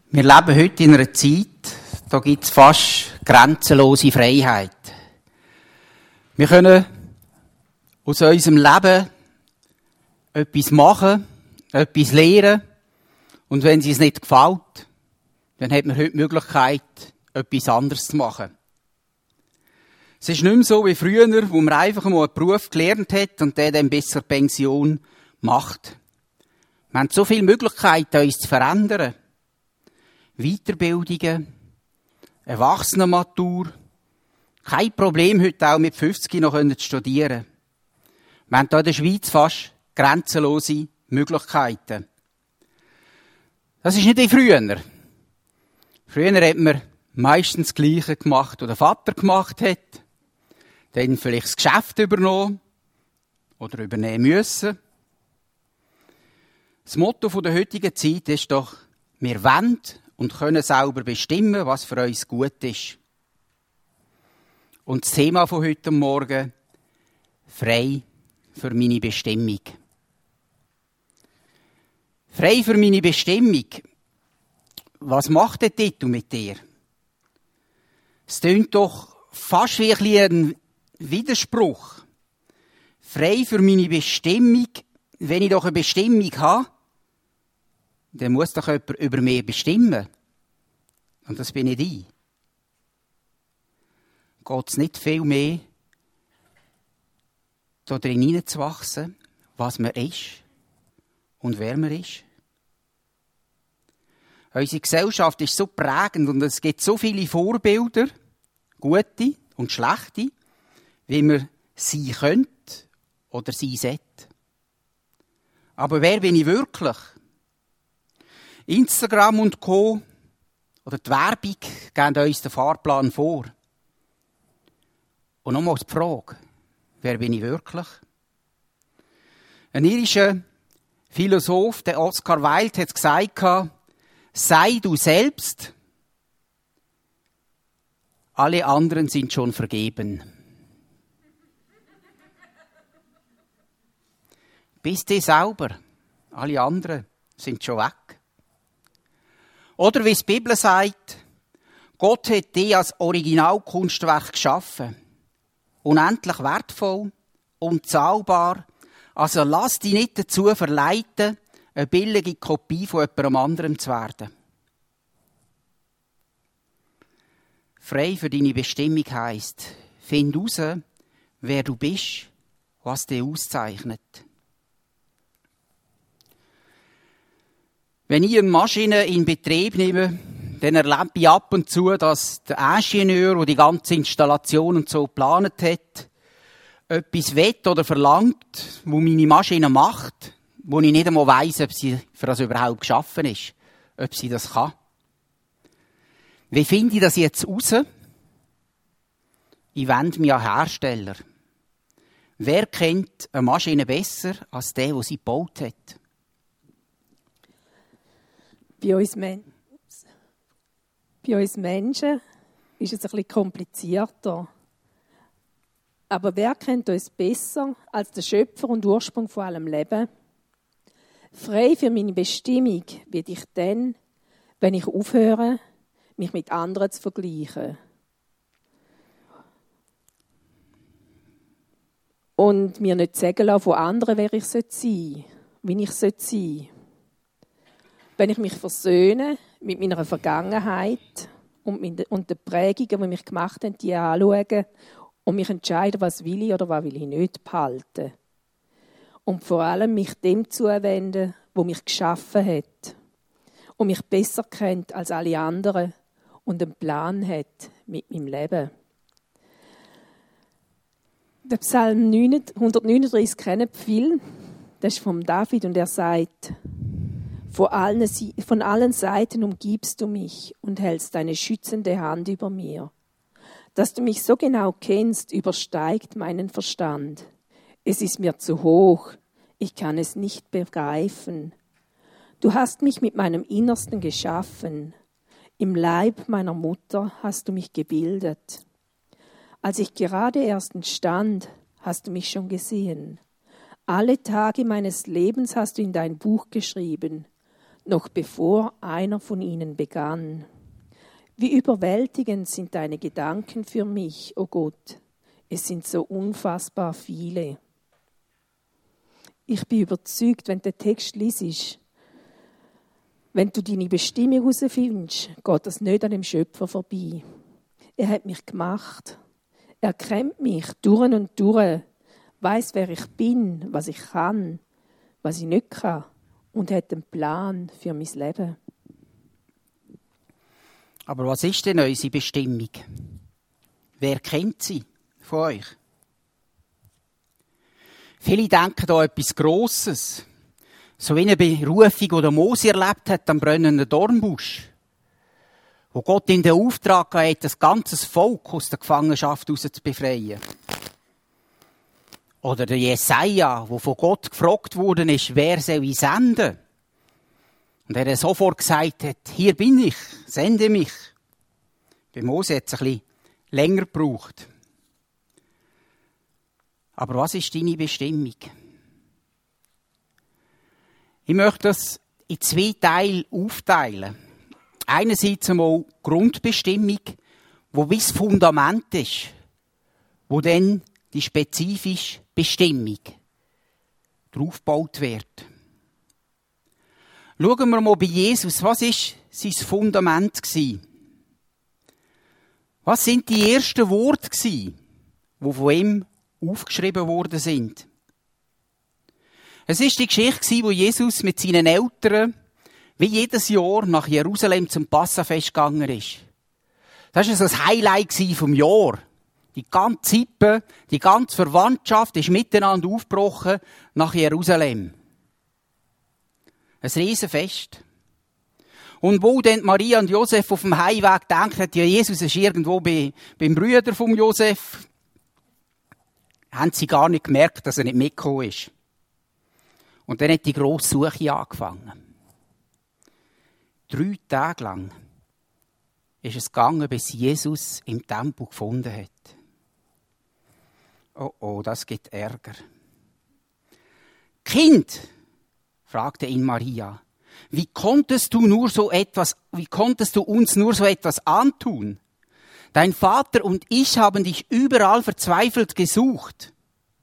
Wir leben heute in einer Zeit, da gibt es fast grenzenlose Freiheit. Wir können aus unserem Leben etwas machen, etwas lernen, und wenn es uns nicht gefällt, dann hat man heute die Möglichkeit, etwas anderes zu machen. Es ist nicht mehr so wie früher, wo man einfach mal einen Beruf gelernt hat und der dann bis zur Pension macht. Wir haben so viele Möglichkeiten, uns zu verändern. Weiterbildungen, Erwachsenenmatur. Kein Problem, heute auch mit 50 noch zu studieren. Wir haben hier in der Schweiz fast grenzenlose Möglichkeiten. Das ist nicht wie früher. Früher hat man meistens das Gleiche gemacht, was der Vater gemacht hat. Dann vielleicht das Geschäft übernommen oder übernehmen müssen. Das Motto der heutigen Zeit ist doch, wir wollen und können selber bestimmen, was für uns gut ist. Und das Thema von heute Morgen, frei für meine Bestimmung. Frei für meine Bestimmung. Was macht der Titel mit dir? Es klingt doch fast wie ein Widerspruch. Frei für meine Bestimmung. Wenn ich doch eine Bestimmung habe, dann muss doch jemand über mich bestimmen. Und das bin nicht ich. Geht es nicht viel mehr, da drin hineinzuwachsen, was man ist und wer man ist? Unsere Gesellschaft ist so prägend und es gibt so viele Vorbilder, gute und schlechte, wie man sein könnte oder sein sollte. Aber wer bin ich wirklich? Instagram und Co. oder die Werbung geben uns den Fahrplan vor. Und nochmal die Frage, wer bin ich wirklich? Ein irischer Philosoph, der Oscar Wilde, hat gesagt, sei du selbst, alle anderen sind schon vergeben. Bist du selber, alle anderen sind schon weg. Oder wie es die Bibel sagt, Gott hat dich als Originalkunstwerk geschaffen. Unendlich wertvoll, unzahlbar. Also lass dich nicht dazu verleiten, eine billige Kopie von jemand anderem zu werden. Frei für deine Bestimmung heisst, find heraus, wer du bist, was dich auszeichnet. Wenn ich eine Maschine in Betrieb nehme, dann erlebe ich ab und zu, dass der Ingenieur, der die ganze Installation und so geplant hat, etwas will oder verlangt, wo meine Maschine macht, wo ich nicht einmal weiss, ob sie für das überhaupt geschaffen ist, ob sie das kann. Wie finde ich das jetzt raus? Ich wende mich an Hersteller. Wer kennt eine Maschine besser als der sie gebaut hat? Bei uns Menschen ist es ein bisschen komplizierter. Aber wer kennt uns besser als der Schöpfer und Ursprung von allem Leben? Frei für meine Bestimmung werde ich dann, wenn ich aufhöre, mich mit anderen zu vergleichen. Und mir nicht sagen lassen von anderen, wer ich sein sollte, wie ich sein sollte. Wenn ich mich versöhne mit meiner Vergangenheit und den Prägungen, die mich gemacht haben, die anschauen und mich entscheiden, was will ich oder was will ich nicht behalten. Und vor allem mich dem zuwenden, wo mich geschaffen hat und mich besser kennt als alle anderen und einen Plan hat mit meinem Leben. Der Psalm 139 kennen viele. Das ist von David und er sagt: Von allen Seiten umgibst du mich und hältst deine schützende Hand über mir. Dass du mich so genau kennst, übersteigt meinen Verstand. Es ist mir zu hoch, ich kann es nicht begreifen. Du hast mich mit meinem Innersten geschaffen. Im Leib meiner Mutter hast du mich gebildet. Als ich gerade erst entstand, hast du mich schon gesehen. Alle Tage meines Lebens hast du in dein Buch geschrieben. noch bevor einer von ihnen begann. Wie überwältigend sind deine Gedanken für mich, o Gott. Es sind so unfassbar viele. Ich bin überzeugt, wenn du den Text liest, wenn du deine Bestimmung herausfindest, geht das nicht an dem Schöpfer vorbei. Er hat mich gemacht. Er kennt mich durch und durch, weiss, wer ich bin, was ich kann, was ich nicht kann und hat einen Plan für mein Leben. Aber was ist denn unsere Bestimmung? Wer kennt sie von euch? Viele denken da etwas Grosses. So wie eine Berufung, die Mose erlebt hat am brennenden Dornbusch. Wo Gott in den Auftrag gegeben hat, das ganze Volk aus der Gefangenschaft heraus zu befreien. Oder der Jesaja, der von Gott gefragt worden ist, wer soll ich senden? Und er sofort gesagt hat, hier bin ich, sende mich. Bei Mose hat es ein bisschen länger gebraucht. Aber was ist deine Bestimmung? Ich möchte das in 2 Teile aufteilen. Einerseits einmal Grundbestimmung, wo wie das Fundament ist, wo dann die spezifische Bestimmung draufgebaut wird. Schauen wir mal bei Jesus, was ist sein Fundament gewesen? Was sind die ersten Worte gewesen, die von ihm aufgeschrieben worden sind? Es ist die Geschichte, wo Jesus mit seinen Eltern wie jedes Jahr nach Jerusalem zum Passafest gegangen ist. Das war das Highlight vom Jahr. Die ganze Sippe, die ganze Verwandtschaft ist miteinander aufgebrochen nach Jerusalem. Ein Riesenfest. Und wo dann Maria und Josef auf dem Heimweg denken, ja, Jesus ist irgendwo beim Brüder von Josef, haben sie gar nicht gemerkt, dass er nicht mitgekommen ist. Und dann hat die grosse Suche angefangen. 3 Tage lang ist es gegangen, bis Jesus im Tempel gefunden hat. Oh, das gibt Ärger. Kind, fragte ihn Maria, wie konntest du uns nur so etwas antun? Dein Vater und ich haben dich überall verzweifelt gesucht.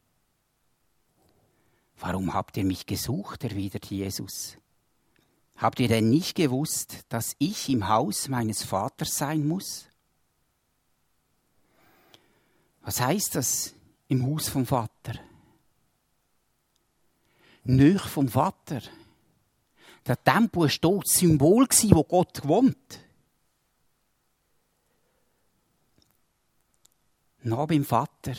Warum habt ihr mich gesucht? Erwiderte Jesus. Habt ihr denn nicht gewusst, dass ich im Haus meines Vaters sein muss? Was heißt das, im Haus vom Vater? Nöch vom Vater. Der Tempel war dort das Symbol, wo Gott wohnt. Nah beim Vater.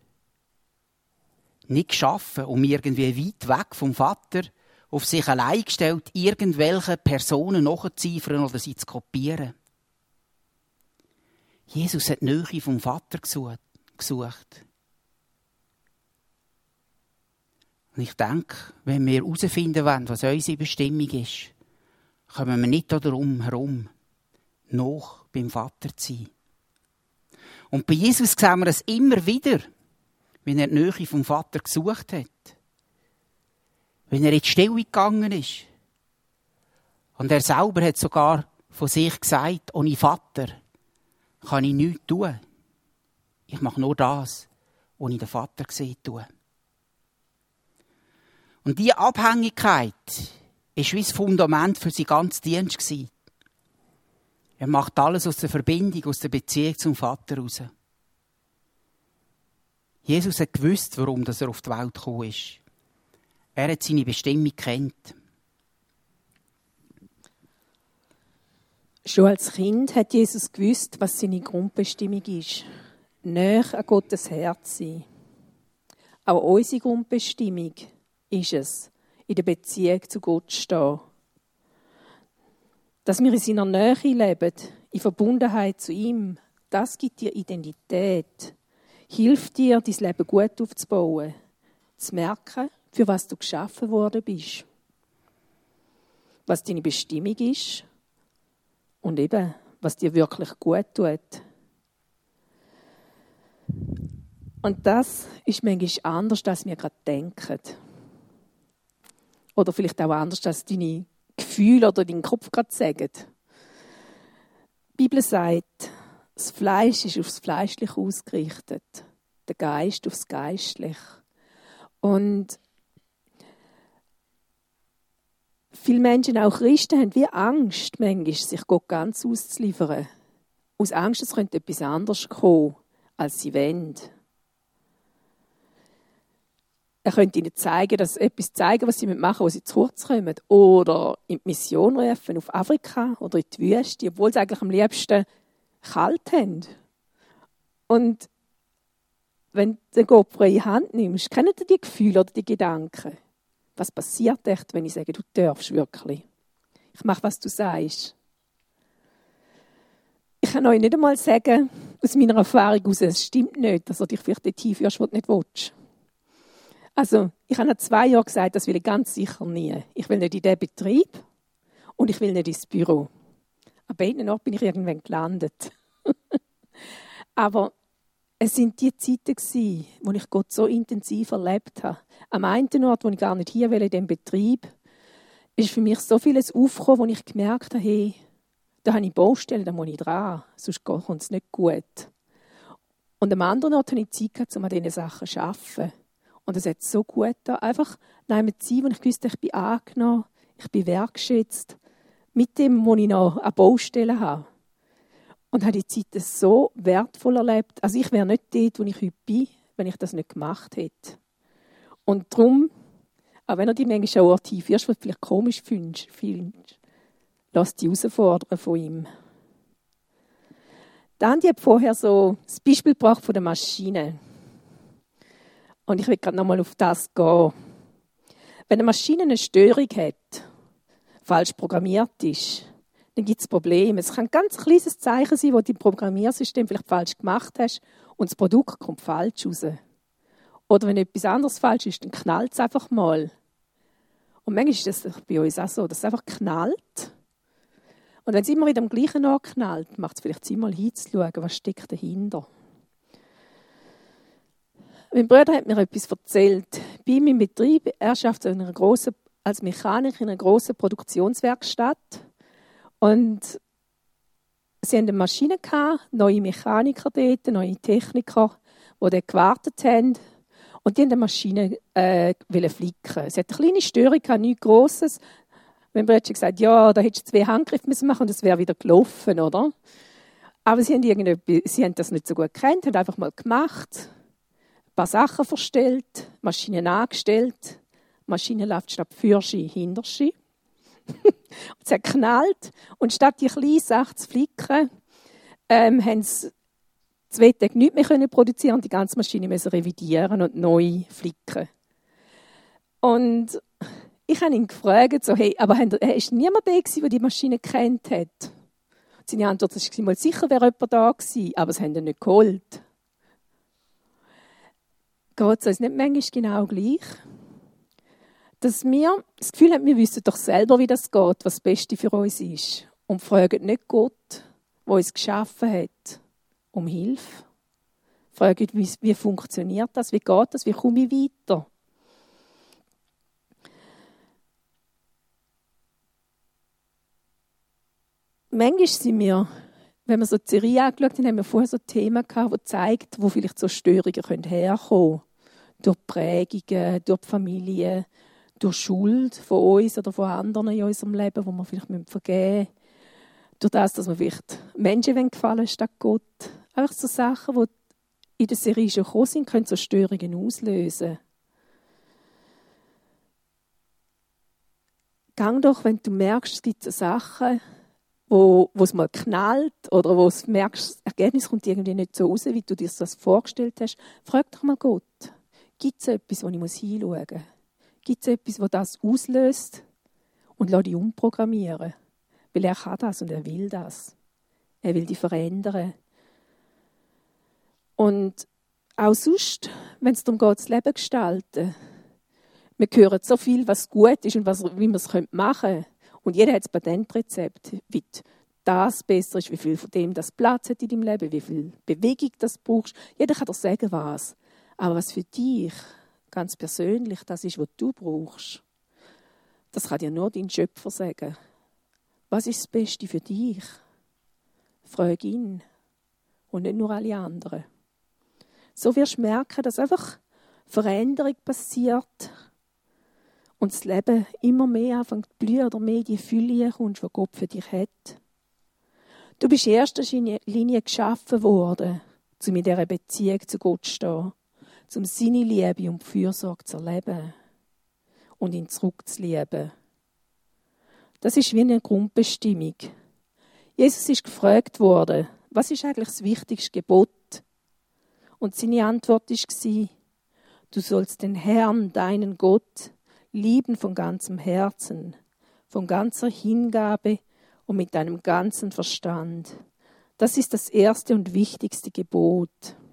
Nicht geschaffen, um irgendwie weit weg vom Vater auf sich allein gestellt, irgendwelche Personen nachzuziffern oder sie zu kopieren. Jesus hat die Nähe vom Vater gesucht. Und ich denke, wenn wir herausfinden wollen, was unsere Bestimmung ist, kommen wir nicht darum herum, noch beim Vater zu sein. Und bei Jesus sehen wir es immer wieder, wenn er die Nähe vom Vater gesucht hat. Wenn er in die Stille gegangen ist. Und er selber hat sogar von sich gesagt, ohne Vater kann ich nichts tun. Ich mache nur das, was ich den Vater gesehen tue. Und diese Abhängigkeit war wie das Fundament für seinen ganzen Dienst gewesen. Er macht alles aus der Verbindung, aus der Beziehung zum Vater heraus. Jesus hat gewusst, warum er auf die Welt gekommen ist. Er hat seine Bestimmung gekannt. Schon als Kind hat Jesus gewusst, was seine Grundbestimmung ist. Näher an Gottes Herz sein. Auch unsere Grundbestimmung ist es, in der Beziehung zu Gott zu stehen. Dass wir in seiner Nähe leben, in Verbundenheit zu ihm, das gibt dir Identität. Hilft dir, dein Leben gut aufzubauen. Zu merken, für was du geschaffen worden bist. Was deine Bestimmung ist. Und eben, was dir wirklich gut tut. Und das ist manchmal anders, als wir gerade denken. Oder vielleicht auch anders, als deine Gefühle Gefühl oder deinen Kopf gerade sagen. Die Bibel sagt, das Fleisch ist aufs Fleischliche ausgerichtet, der Geist aufs Geistliche. Und viele Menschen, auch Christen, haben wie Angst, manchmal, sich Gott ganz auszuliefern. Aus Angst, es könnte etwas anderes kommen, als sie wollen. Er könnte ihnen zeigen, was sie machen, wo sie zu kurz kommen. Oder in die Mission rufen, auf Afrika oder in die Wüste, obwohl sie eigentlich am liebsten kalt haben. Und wenn du Gott freie Hand nimmst, kennen Sie die Gefühle oder die Gedanken? Was passiert echt, wenn ich sage, du darfst wirklich? Ich mache, was du sagst. Ich kann euch nicht einmal sagen, aus meiner Erfahrung heraus, es stimmt nicht, dass du dich vielleicht dorthin führst, wo du nicht willst. Also, ich habe nach 2 Jahren gesagt, das will ich ganz sicher nie. Ich will nicht in diesen Betrieb und ich will nicht ins Büro. An beiden Orten bin ich irgendwann gelandet. Aber es sind die Zeiten gewesen, wo ich Gott so intensiv erlebt habe. Am einen Ort, wo ich gar nicht hier will, in diesem Betrieb, ist für mich so vieles aufgekommen, wo ich gemerkt habe, hey, da habe ich Baustellen, da muss ich dran, sonst kommt es nicht gut. Und am anderen Ort hatte ich Zeit gehabt, um an diesen Sachen zu arbeiten. Und es hat so gut da einfach nehmen Zeit, wo ich wusste, ich bin angenommen, ich bin wertgeschätzt, mit dem, was ich noch an Baustellen habe. Und habe die Zeit so wertvoll erlebt. Also ich wäre nicht dort, wo ich heute bin, wenn ich das nicht gemacht hätte. Und darum, auch wenn du dich manchmal an Ort hinführst, was du vielleicht komisch findest, lass dich herausfordern von ihm. Dann hat vorher so das Beispiel gebracht von der Maschine. Und ich will gerade nochmal auf das gehen. Wenn eine Maschine eine Störung hat, falsch programmiert ist, dann gibt es Probleme. Es kann ein ganz kleines Zeichen sein, das du im Programmiersystem vielleicht falsch gemacht hast und das Produkt kommt falsch raus. Oder wenn etwas anderes falsch ist, dann knallt es einfach mal. Und manchmal ist das bei uns auch so, dass es einfach knallt. Und wenn es immer wieder am gleichen Ort knallt, macht es vielleicht Sinn, mal hinzuschauen, was steckt dahinter. Mein Bruder hat mir etwas erzählt. Bei ihm im Betrieb, er arbeitet als Mechaniker in einer grossen Produktionswerkstatt. Und sie hatten eine Maschine, neue Mechaniker dort, neue Techniker, die dort gewartet haben. Und die wollten die Maschine flicken. Sie hatte eine kleine Störung, nichts Grosses. Mein Bruder hat gesagt, ja, da hättest du 2 Handgriffe machen müssen und es wäre wieder gelaufen, oder? Aber sie haben das nicht so gut gekannt, haben einfach mal gemacht. Ein paar Sachen verstellt, Maschinen angestellt, die Maschine läuft statt Fürschi Hinterschi. Es hat geknallt und statt die kleinen Sachen zu flicken, haben sie 2 Tage nichts mehr produzieren und die ganze Maschine müssen revidieren und neu flicken. Und ich habe ihn gefragt, so, hey, aber ist niemand da gewesen, der die Maschine gekannt hat? Seine Antwort war mal, sicher wäre jemand da gewesen, aber sie haben ihn nicht geholt. Geht es uns nicht manchmal genau gleich? Dass wir das Gefühl haben, wir wissen doch selber, wie das geht, was das Beste für uns ist. Und fragen nicht Gott, der uns geschaffen hat, um Hilfe. Fragen, wie funktioniert das, wie geht das, wie komme ich weiter? Manchmal sind wir, wenn wir so die Serie angeschaut haben, haben wir vorher so Themen gehabt, die zeigen, wo vielleicht so Störungen herkommen können. Durch Prägungen, durch die Familie, durch Schuld von uns oder von anderen in unserem Leben, wo wir vielleicht vergeben müssen. Durch das, dass wir vielleicht Menschen gefallen statt Gott. Einfach so Sachen, die in der Serie schon gekommen sind, können so Störungen auslösen. Gang doch, wenn du merkst, es gibt so Sachen, wo es mal knallt oder wo du merkst, das Ergebnis kommt irgendwie nicht so raus, wie du dir das vorgestellt hast, frag doch mal Gott, gibt es etwas, wo ich hinschauen muss? Gibt es etwas, das das auslöst? Und lass dich umprogrammieren. Weil er kann das und er will das. Er will dich verändern. Und auch sonst, wenn es darum geht, das Leben zu gestalten, wir hören so viel, was gut ist und wie wir es machen können. Und jeder hat das Patentrezept, wie das besser ist, wie viel von dem das Platz hat in deinem Leben, wie viel Bewegung das brauchst. Jeder kann dir sagen, was. Aber was für dich ganz persönlich das ist, was du brauchst. Das kann dir nur dein Schöpfer sagen. Was ist das Beste für dich? Frag ihn und nicht nur alle anderen. So wirst du merken, dass einfach Veränderung passiert und das Leben immer mehr anfängt zu blühen oder mehr in die Fülle kommst, die Gott für dich hat. Du bist in erster Linie geschaffen worden, um in dieser Beziehung zu Gott zu stehen, um seine Liebe und Fürsorge zu erleben und ihn zurückzulieben. Das ist wie eine Grundbestimmung. Jesus ist gefragt worden, was ist eigentlich das wichtigste Gebot? Und seine Antwort war, du sollst den Herrn, deinen Gott, lieben von ganzem Herzen, von ganzer Hingabe und mit deinem ganzen Verstand. Das ist das erste und wichtigste Gebot.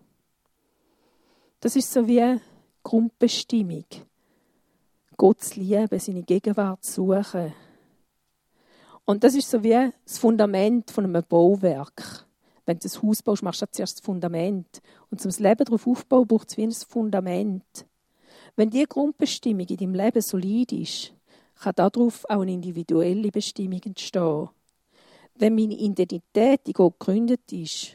Das ist so wie eine Grundbestimmung. Gott zu lieben, seine Gegenwart zu suchen. Und das ist so wie das Fundament von einem Bauwerk. Wenn du ein Haus baust, machst du zuerst das Fundament. Und um das Leben darauf aufzubauen, braucht es wie ein Fundament. Wenn diese Grundbestimmung in deinem Leben solid ist, kann darauf auch eine individuelle Bestimmung entstehen. Wenn meine Identität in Gott gegründet ist.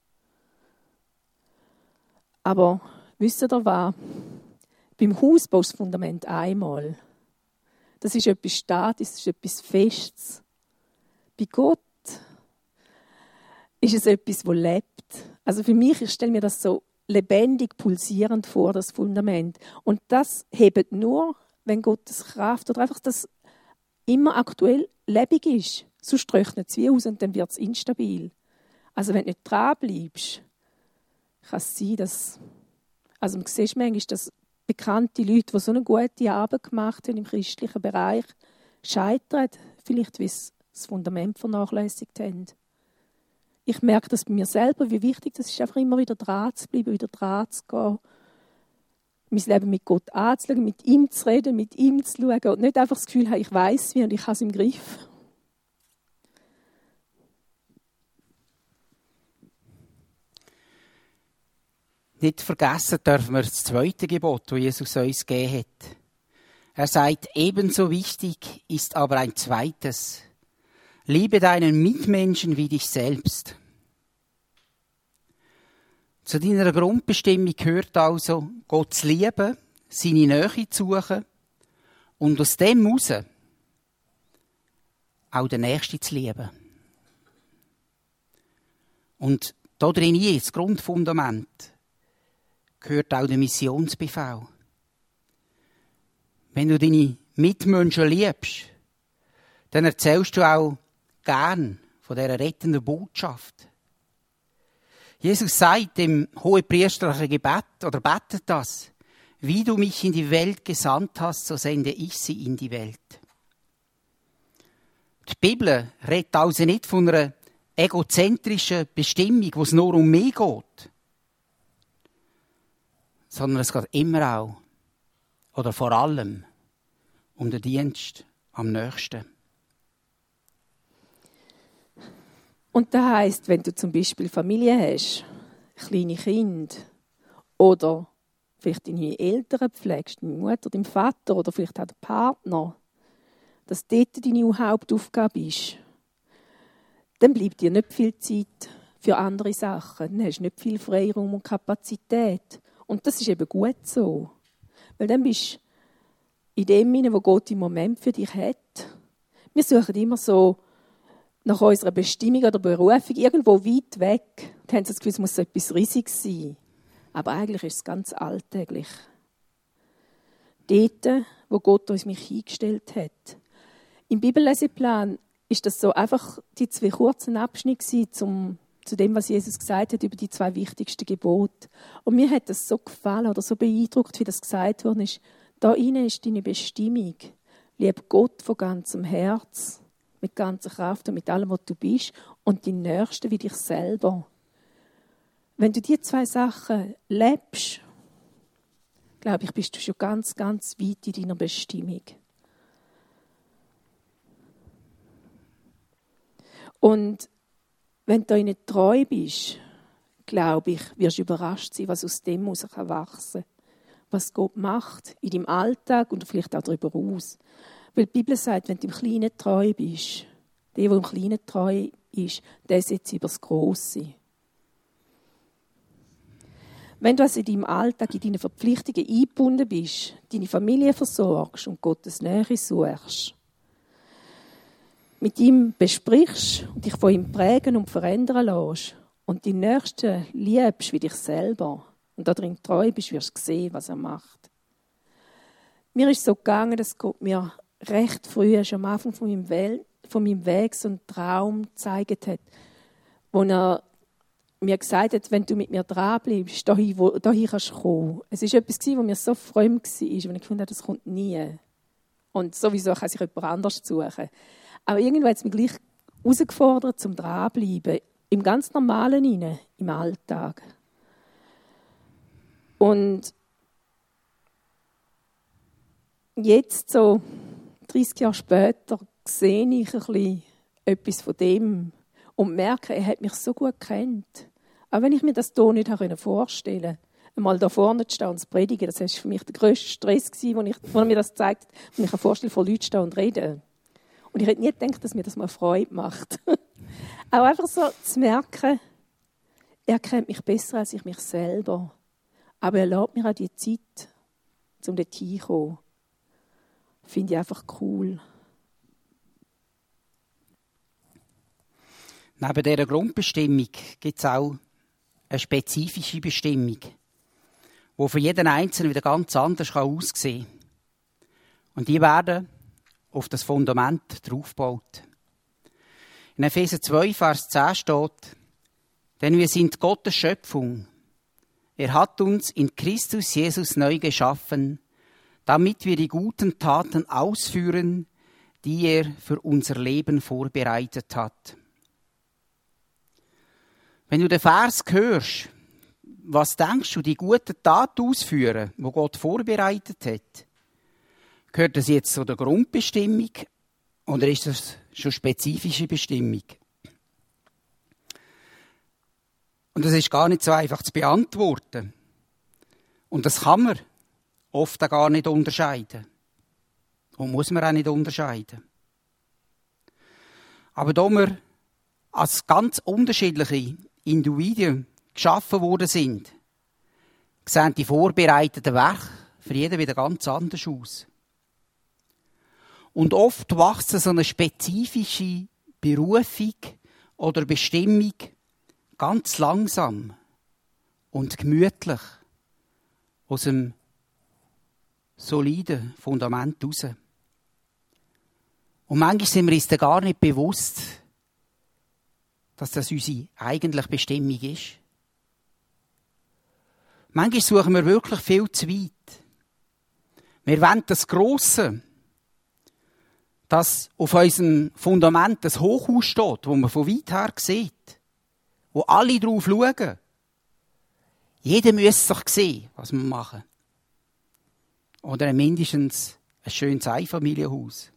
Aber wisst ihr was? Beim Haus baust du das Fundament einmal. Das ist etwas Statisches, das ist etwas Festes. Bei Gott ist es etwas, das lebt. Also für mich, ich stelle mir das so lebendig, pulsierend vor, das Fundament. Und das hebt nur, wenn Gottes Kraft oder einfach das immer aktuell lebendig ist. Sonst trocknet es wie aus und dann wird es instabil. Also wenn du nicht dran bleibst, kann es sein, dass... Also man sieht manchmal, dass bekannte Leute, die so eine gute Arbeit gemacht haben im christlichen Bereich, scheitern, vielleicht weil sie das Fundament vernachlässigt haben. Ich merke das bei mir selber, wie wichtig das ist, einfach immer wieder dran zu bleiben, wieder dran zu gehen. Mein Leben mit Gott anzuschauen, mit ihm zu reden, mit ihm zu schauen und nicht einfach das Gefühl haben, ich weiss wie und ich habe es im Griff. Nicht vergessen dürfen wir das zweite Gebot, das Jesus uns gegeben hat. Er sagt, ebenso wichtig ist aber ein zweites. Liebe deinen Mitmenschen wie dich selbst. Zu deiner Grundbestimmung gehört also, Gott zu lieben, seine Nähe zu suchen und aus dem heraus auch den Nächsten zu lieben. Und da drin ist das Grundfundament, gehört auch der Missionsbefehl. Wenn du deine Mitmenschen liebst, dann erzählst du auch gern von dieser rettenden Botschaft. Jesus sagt im hohepriesterlichen Gebet, oder betet das, wie du mich in die Welt gesandt hast, so sende ich sie in die Welt. Die Bibel redet also nicht von einer egozentrischen Bestimmung, wo es nur um mich geht, sondern es geht immer auch, oder vor allem, um den Dienst am Nächsten. Und das heisst, wenn du zum Beispiel Familie hast, kleine Kinder oder vielleicht deine Eltern pflegst, deine Mutter, deinen Vater oder vielleicht auch den Partner, dass dort deine Hauptaufgabe ist, dann bleibt dir nicht viel Zeit für andere Sachen. Dann hast du nicht viel Freiraum und Kapazität. Und das ist eben gut so. Weil dann bist du in dem hinein, wo Gott im Moment für dich hat. Wir suchen immer so nach unserer Bestimmung oder Berufung irgendwo weit weg. Und haben das Gefühl, es muss so etwas Riesiges sein. Aber eigentlich ist es ganz alltäglich. Dort, wo Gott uns mich eingestellt hat. Im Bibelleseplan ist das so einfach die 2 kurzen Abschnitte zu dem, was Jesus gesagt hat über die 2 wichtigsten Gebote. Und mir hat das so gefallen oder so beeindruckt, wie das gesagt worden ist. Da innen ist deine Bestimmung. Lieb Gott von ganzem Herz, mit ganzer Kraft und mit allem, was du bist, und deinen Nächsten wie dich selber. Wenn du diese 2 Sachen lebst, glaube ich, bist du schon ganz, ganz weit in deiner Bestimmung. Und wenn du ihnen treu bist, glaube ich, wirst du überrascht sein, was aus dem heraus wachsen kann. Was Gott macht in deinem Alltag und vielleicht auch darüber hinaus. Weil die Bibel sagt, wenn du im Kleinen treu bist, der im Kleinen treu ist, der setzt über das Grosse. Wenn du also in deinem Alltag, in deinen Verpflichtungen eingebunden bist, deine Familie versorgst und Gottes Nähe suchst, mit ihm besprichst und dich von ihm prägen und verändern lässt und die Nächsten liebst wie dich selber und darin treu bist, wirst du sehen, was er macht. Mir ist so gegangen, dass Gott mir recht früh, schon am Anfang von meinem Weg so einen Traum gezeigt hat, wo er mir gesagt hat, wenn du mit mir dranbleibst, dahin kannst du kommen. Es war etwas, was mir so fremd war, wo ich gefunden habe, das kommt nie. Und sowieso kann sich jemand anders suchen. Aber irgendwann hat es mich gleich herausgefordert, zum Dranbleiben. Im ganz Normalen, im Alltag. Und jetzt, so 30 Jahre später, sehe ich ein bisschen etwas von dem und merke, er hat mich so gut gekannt. Auch wenn ich mir das hier nicht vorstellen konnte, einmal da vorne zu stehen und zu predigen, das war für mich der grösste Stress, als er mir das gezeigt hat, und ich vorstellen, vor Leuten stehen und reden. Und ich hätte nie gedacht, dass mir das mal Freude macht. Auch einfach so zu merken, er kennt mich besser als ich mich selber. Aber er lässt mir auch die Zeit, um dort hinzukommen. Finde ich einfach cool. Neben dieser Grundbestimmung gibt es auch eine spezifische Bestimmung, die für jeden Einzelnen wieder ganz anders aussehen kann. Und die werden auf das Fundament draufgebaut. In Epheser 2, Vers 10 steht, denn wir sind Gottes Schöpfung. Er hat uns in Christus Jesus neu geschaffen, damit wir die guten Taten ausführen, die er für unser Leben vorbereitet hat. Wenn du den Vers hörst, was denkst du, die guten Taten ausführen, die Gott vorbereitet hat? Gehört das jetzt zu der Grundbestimmung oder ist das schon spezifische Bestimmung? Und das ist gar nicht so einfach zu beantworten. Und das kann man oft auch gar nicht unterscheiden. Und muss man auch nicht unterscheiden. Aber da wir als ganz unterschiedliche Individuen geschaffen worden sind, sehen die vorbereiteten Werke für jeden wieder ganz anders aus. Und oft wächst so eine spezifische Berufung oder Bestimmung ganz langsam und gemütlich aus dem soliden Fundament raus. Und manchmal sind wir uns dann gar nicht bewusst, dass das unsere eigentliche Bestimmung ist. Manchmal suchen wir wirklich viel zu weit. Wir wollen das Grosse, dass auf unserem Fundament das Hochhaus steht, wo man von weit her sieht, wo alle drauf schauen. Jeder müsste sich sehen, was wir machen. Oder mindestens ein schönes Einfamilienhaus.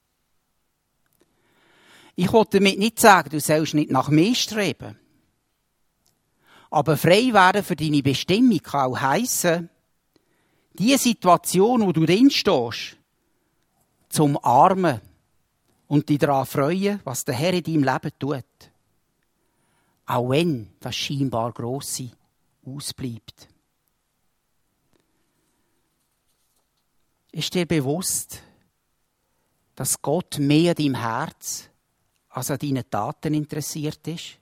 Ich will damit nicht sagen, du sollst nicht nach mehr streben. Aber frei werden für deine Bestimmung kann auch heissen, die Situation, wo du drin stehst, zu umarmen und dich daran freuen, was der Herr in deinem Leben tut. Auch wenn das scheinbar Grosse ausbleibt. Ist dir bewusst, dass Gott mehr an deinem Herz als an deinen Taten interessiert ist?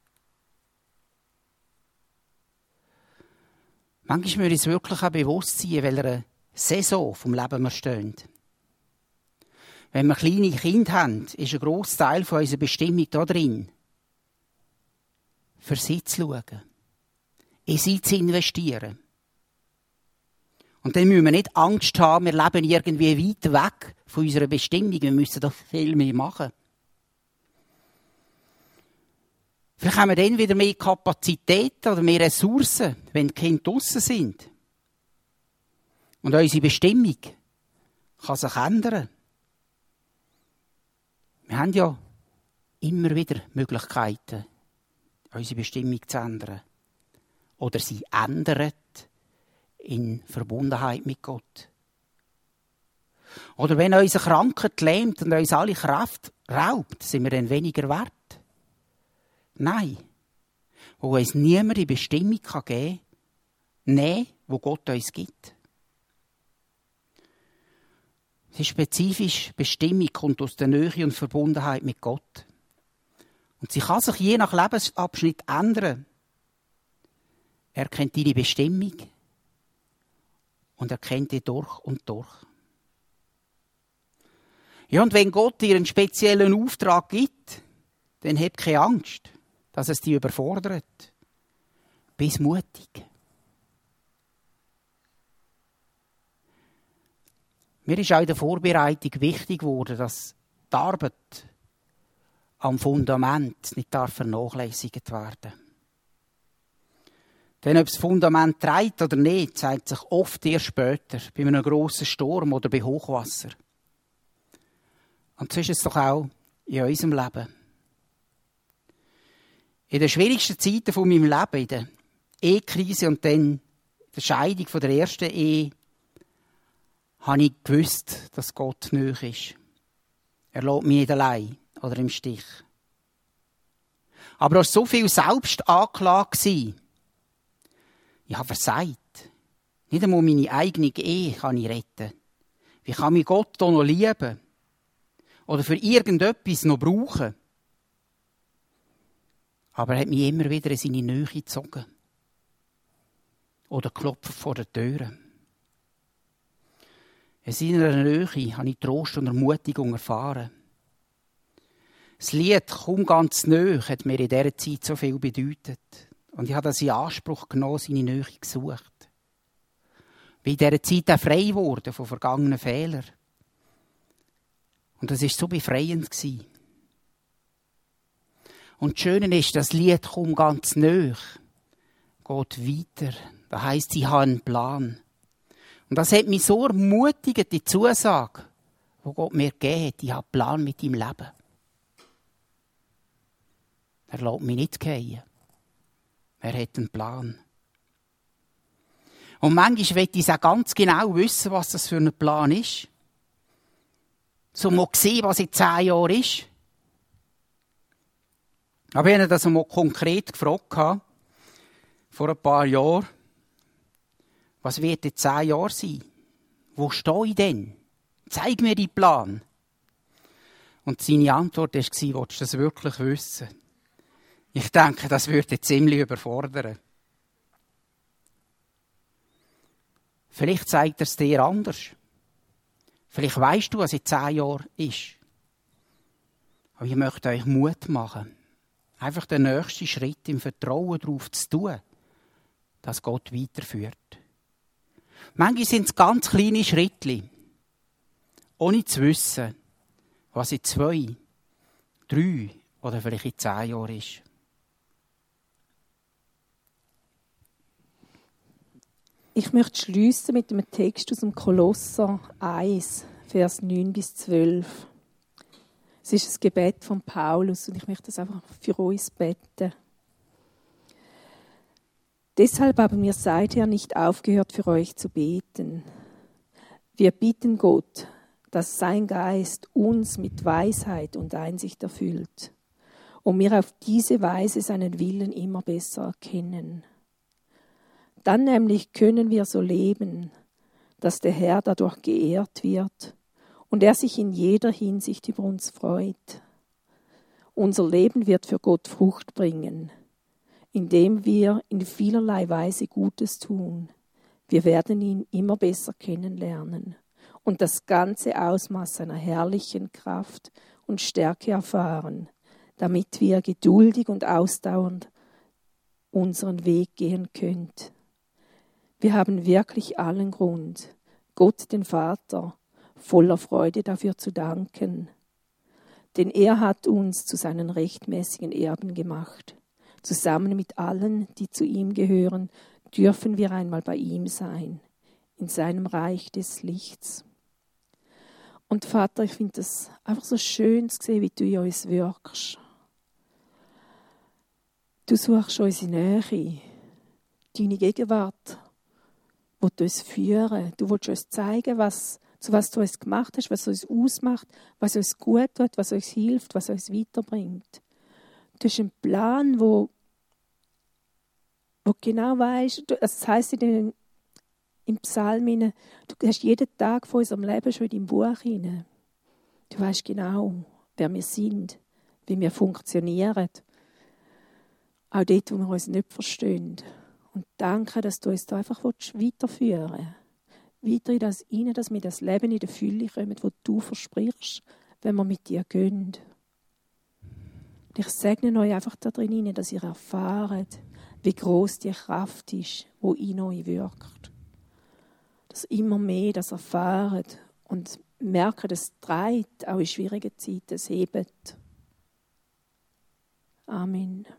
Manchmal müssen wir uns wirklich auch bewusst sein, in welcher Saison vom Leben wir stehen. Wenn wir kleine Kinder haben, ist ein grosser Teil von unserer Bestimmung da drin, für sie zu schauen, in sie zu investieren. Und dann müssen wir nicht Angst haben, wir leben irgendwie weit weg von unserer Bestimmung, wir müssen doch viel mehr machen. Vielleicht haben wir dann wieder mehr Kapazität oder mehr Ressourcen, wenn die Kinder draussen sind. Und unsere Bestimmung kann sich ändern. Wir haben ja immer wieder Möglichkeiten, unsere Bestimmung zu ändern. Oder sie ändern in Verbundenheit mit Gott. Oder wenn unser Krankheit lähmt und uns alle Kraft raubt, sind wir dann weniger wert? Nein. Wo uns niemand die Bestimmung geben kann, nehmen, wo Gott uns gibt. Die spezifische Bestimmung kommt aus der Nähe und Verbundenheit mit Gott. Und sie kann sich je nach Lebensabschnitt ändern. Er kennt deine Bestimmung und er kennt die durch und durch. Ja, und wenn Gott dir einen speziellen Auftrag gibt, dann hab keine Angst, dass es dich überfordert. Bist mutig. Mir ist auch in der Vorbereitung wichtig geworden, dass die Arbeit am Fundament nicht vernachlässigt werden darf. Denn ob das Fundament trägt oder nicht, zeigt sich oft erst später, bei einem grossen Sturm oder bei Hochwasser. Und so ist es doch auch in unserem Leben. In den schwierigsten Zeiten von meinem Leben, in der Ehekrise und dann der Scheidung von der ersten Ehe, habe ich gewusst, dass Gott nahe ist. Er lässt mich nicht allein oder im Stich. Aber es war so viel Selbstanklage. Ich habe versagt. Nicht einmal meine eigene Ehe kann ich retten. Wie kann mich Gott hier noch lieben? Oder für irgendetwas noch brauchen? Aber er hat mich immer wieder in seine Nähe gezogen. Oder klopft vor den Türen. In seiner Nähe habe ich Trost und Ermutigung erfahren. Das Lied «Komm ganz nahe» hat mir in dieser Zeit so viel bedeutet. Und ich habe das in Anspruch genommen, seine Nähe gesucht. Bin in dieser Zeit auch frei geworden von vergangenen Fehlern. Und das war so befreiend. Und das Schöne ist, das Lied «Komm ganz nahe» geht weiter. Das heisst, ich habe einen Plan. Und das hat mich so ermutigt, die Zusage, die Gott mir gegeben hat. Ich habe einen Plan mit deinem Leben. Er lässt mich nicht fallen. Er hat einen Plan. Und manchmal will ich auch ganz genau wissen, was das für ein Plan ist. So mal sehen, was in 10 Jahren ist. Aber ich habe das einmal konkret gefragt, vor ein paar Jahren. Was wird in 10 Jahren sein? Wo stehe ich denn? Zeig mir deinen Plan. Und seine Antwort war, willst du das wirklich wissen? Ich denke, das würde dich ziemlich überfordern. Vielleicht zeigt er es dir anders. Vielleicht weisst du, was in 10 Jahren ist. Aber ich möchte euch Mut machen, einfach den nächsten Schritt im Vertrauen darauf zu tun, dass Gott weiterführt. Manchmal sind es ganz kleine Schritte, ohne zu wissen, was in 2, 3 oder vielleicht in 10 Jahren ist. Ich möchte schliessen mit einem Text aus dem Kolosser 1, Vers 9 bis 12. Es ist ein Gebet von Paulus und ich möchte das einfach für uns beten. Deshalb haben wir seither nicht aufgehört, für euch zu beten. Wir bitten Gott, dass sein Geist uns mit Weisheit und Einsicht erfüllt, und wir auf diese Weise seinen Willen immer besser erkennen. Dann nämlich können wir so leben, dass der Herr dadurch geehrt wird und er sich in jeder Hinsicht über uns freut. Unser Leben wird für Gott Frucht bringen, indem wir in vielerlei Weise Gutes tun. Wir werden ihn immer besser kennenlernen und das ganze Ausmaß seiner herrlichen Kraft und Stärke erfahren, damit wir geduldig und ausdauernd unseren Weg gehen können. Wir haben wirklich allen Grund, Gott, den Vater, voller Freude dafür zu danken. Denn er hat uns zu seinen rechtmäßigen Erben gemacht. Zusammen mit allen, die zu ihm gehören, dürfen wir einmal bei ihm sein, in seinem Reich des Lichts. Und Vater, ich finde es einfach so schön zu sehen, wie du in uns wirkst. Du suchst unsere Nähe, deine Gegenwart, willst du uns führen. Du willst uns zeigen, was zu was du uns gemacht hast, was uns ausmacht, was uns gut tut, was uns hilft, was uns weiterbringt. Du hast einen Plan, wo genau weisst, das heisst im Psalm, du hast jeden Tag von unserem Leben schon in deinem Buch hinein. Du weißt genau, wer wir sind, wie wir funktionieren. Auch dort, wo wir uns nicht verstehen. Und danke, dass du uns da einfach weiterführen willst. Weiter in das hinein, dass wir das Leben in der Fülle kommen, das du versprichst, wenn wir mit dir gehen. Und ich segne euch einfach da drin, dass ihr erfahrt, wie gross die Kraft ist, die in euch wirkt. Dass immer mehr das erfahrt und merken, dass es trägt, auch in schwierigen Zeiten, es hebt. Amen.